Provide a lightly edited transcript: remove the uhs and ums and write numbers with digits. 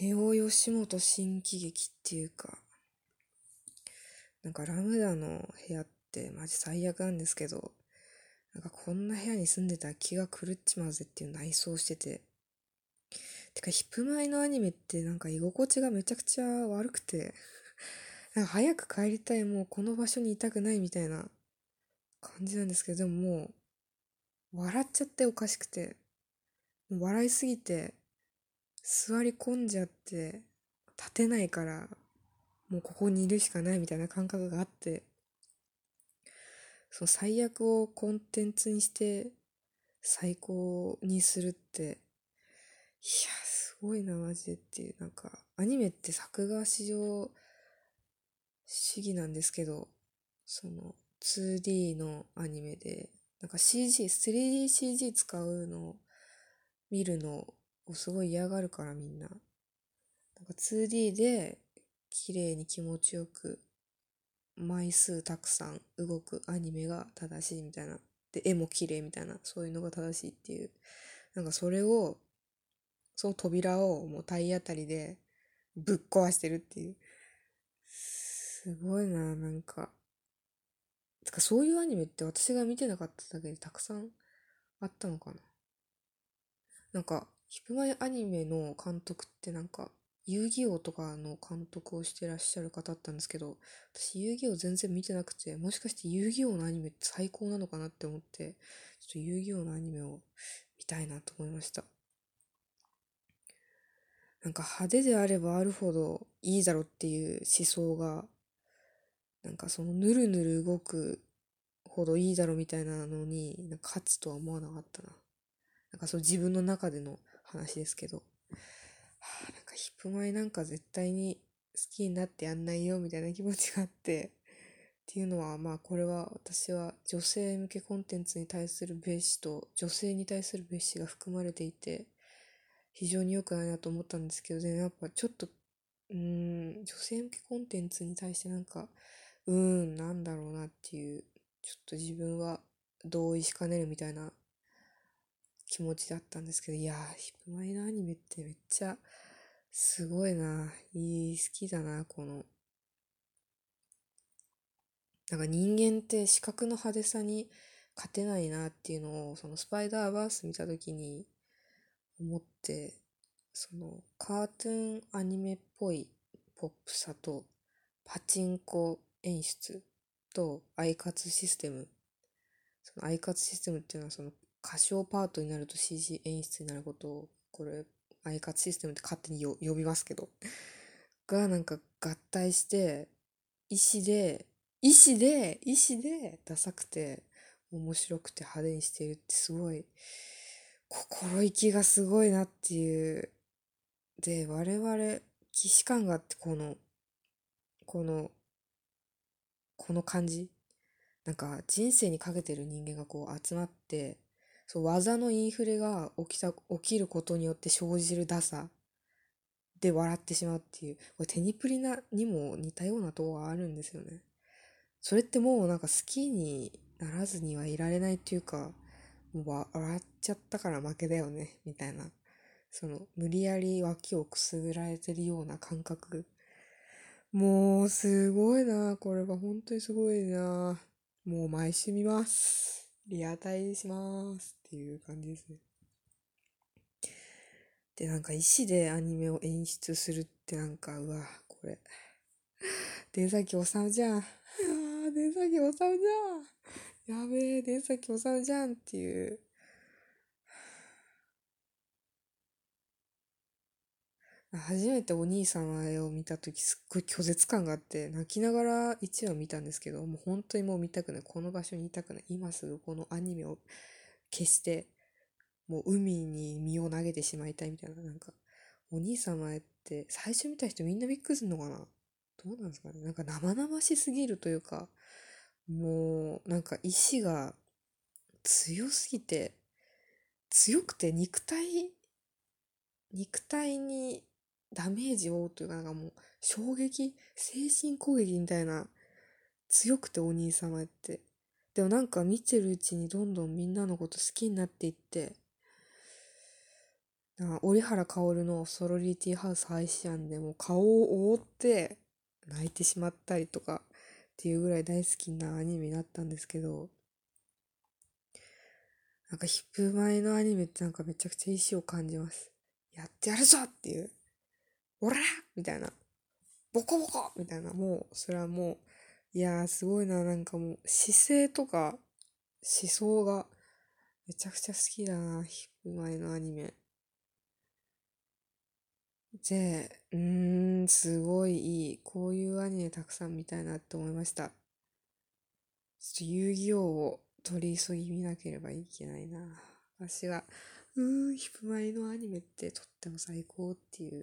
ネオ吉本新喜劇っていうか、なんかラムダの部屋ってマジ最悪なんですけど、なんかこんな部屋に住んでたら気が狂っちまうぜっていう内装してて。てかヒップマイのアニメってなんか居心地がめちゃくちゃ悪くて、なんか早く帰りたい、もうこの場所にいたくないみたいな感じなんですけど、でももう笑っちゃっておかしくて、もう笑いすぎて座り込んじゃって立てないから、もうここにいるしかないみたいな感覚があって、その最悪をコンテンツにして最高にするって、いや、すごいな、マジでっていう、なんか、アニメって作画至上主義なんですけど、その 2D のアニメで、なんか CG、3DCG 使うのを見るのをすごい嫌がるからみんな。なんか 2D で綺麗に気持ちよく枚数たくさん動くアニメが正しいみたいな。で、絵も綺麗みたいな、そういうのが正しいっていう。なんかそれを、その扉をもう体当たりでぶっ壊してるっていう。すごいな、なんか。つかそういうアニメって私が見てなかっただけでたくさんあったのかな。なんか、ヒップマイアニメの監督ってなんか、遊戯王とかの監督をしてらっしゃる方だったんですけど、私遊戯王全然見てなくて、もしかして遊戯王のアニメって最高なのかなって思って、ちょっと遊戯王のアニメを見たいなと思いました。なんか派手であればあるほどいいだろっていう思想が、なんかそのぬるぬる動くほどいいだろみたいなのに、なんか勝つとは思わなかったな。なんかそう自分の中での話ですけど。なんかヒップマイなんか絶対に好きになってやんないよみたいな気持ちがあって、っていうのはまあこれは私は女性向けコンテンツに対する蔑視と女性に対する蔑視が含まれていて、非常に良くないなと思ったんですけど、でやっぱちょっと女性向けコンテンツに対してなんかなんだろうなっていう、ちょっと自分は同意しかねるみたいな気持ちだったんですけど、いやー、ヒップマイのアニメってめっちゃすごいな。好きだな、この。なんか人間って視覚の派手さに勝てないなっていうのを、そのスパイダーバース見た時に思って、そのカートゥーンアニメっぽいポップさと、パチンコ演出とアイカツシステム。そのアイカツシステムっていうのはその歌唱パートになると CG 演出になることを、これアイカツシステムって勝手に呼びますけど、がなんか合体して意志で意志でダサくて面白くて派手にしているってすごい心意気がすごいなっていう。で我々既視感があって、このこの感じ、なんか人生にかけてる人間がこう集まって、そう技のインフレが起きることによって生じるダサで笑ってしまうっていう、これテニプリなにも似たようなとこがあるんですよね。それってもうなんか好きにならずにはいられないっていうか、もう笑っちゃったから負けだよねみたいな、その無理やり脇をくすぐられてるような感覚、もうすごいな、これは本当にすごいな。もう毎週見ます、リアタイしますっていう感じですね。でなんか意思でアニメを演出するってなんか、うわこれ伝崎治じゃん。伝崎治じゃん。やべえ、伝崎治じゃんっていう。初めてお兄さんの絵を見たときすっごい拒絶感があって泣きながら1話見たんですけど、もう本当にもう見たくない。この場所にいたくない。今すぐこのアニメを消して、もう海に身を投げてしまいたいみたいな。なんか、お兄さんの絵って最初見た人みんなびっくりするのかな。どうなんですかね。なんか生々しすぎるというか、もうなんか意志が強すぎて、強くて肉体にダメージを負うというか、なんかもう衝撃、精神攻撃みたいな、強くてお兄様って。でもなんか見てるうちにどんどんみんなのこと好きになっていって、 折原薫のソロリティハウス配信案でもう顔を覆って泣いてしまったりとかっていうぐらい大好きなアニメだったんですけど、なんかヒップマイのアニメってなんかめちゃくちゃ意志を感じます。やってやるぞっていう、オラみたいな、ボコボコみたいな、もう、それはもう、いやーすごいな、なんかもう姿勢とか思想がめちゃくちゃ好きだな、ヒップマイのアニメ。すごいいい。こういうアニメたくさん見たいなって思いました。ちょっと遊戯王を取り急ぎ見なければいけないな。私が、ヒップマイのアニメってとっても最高っていう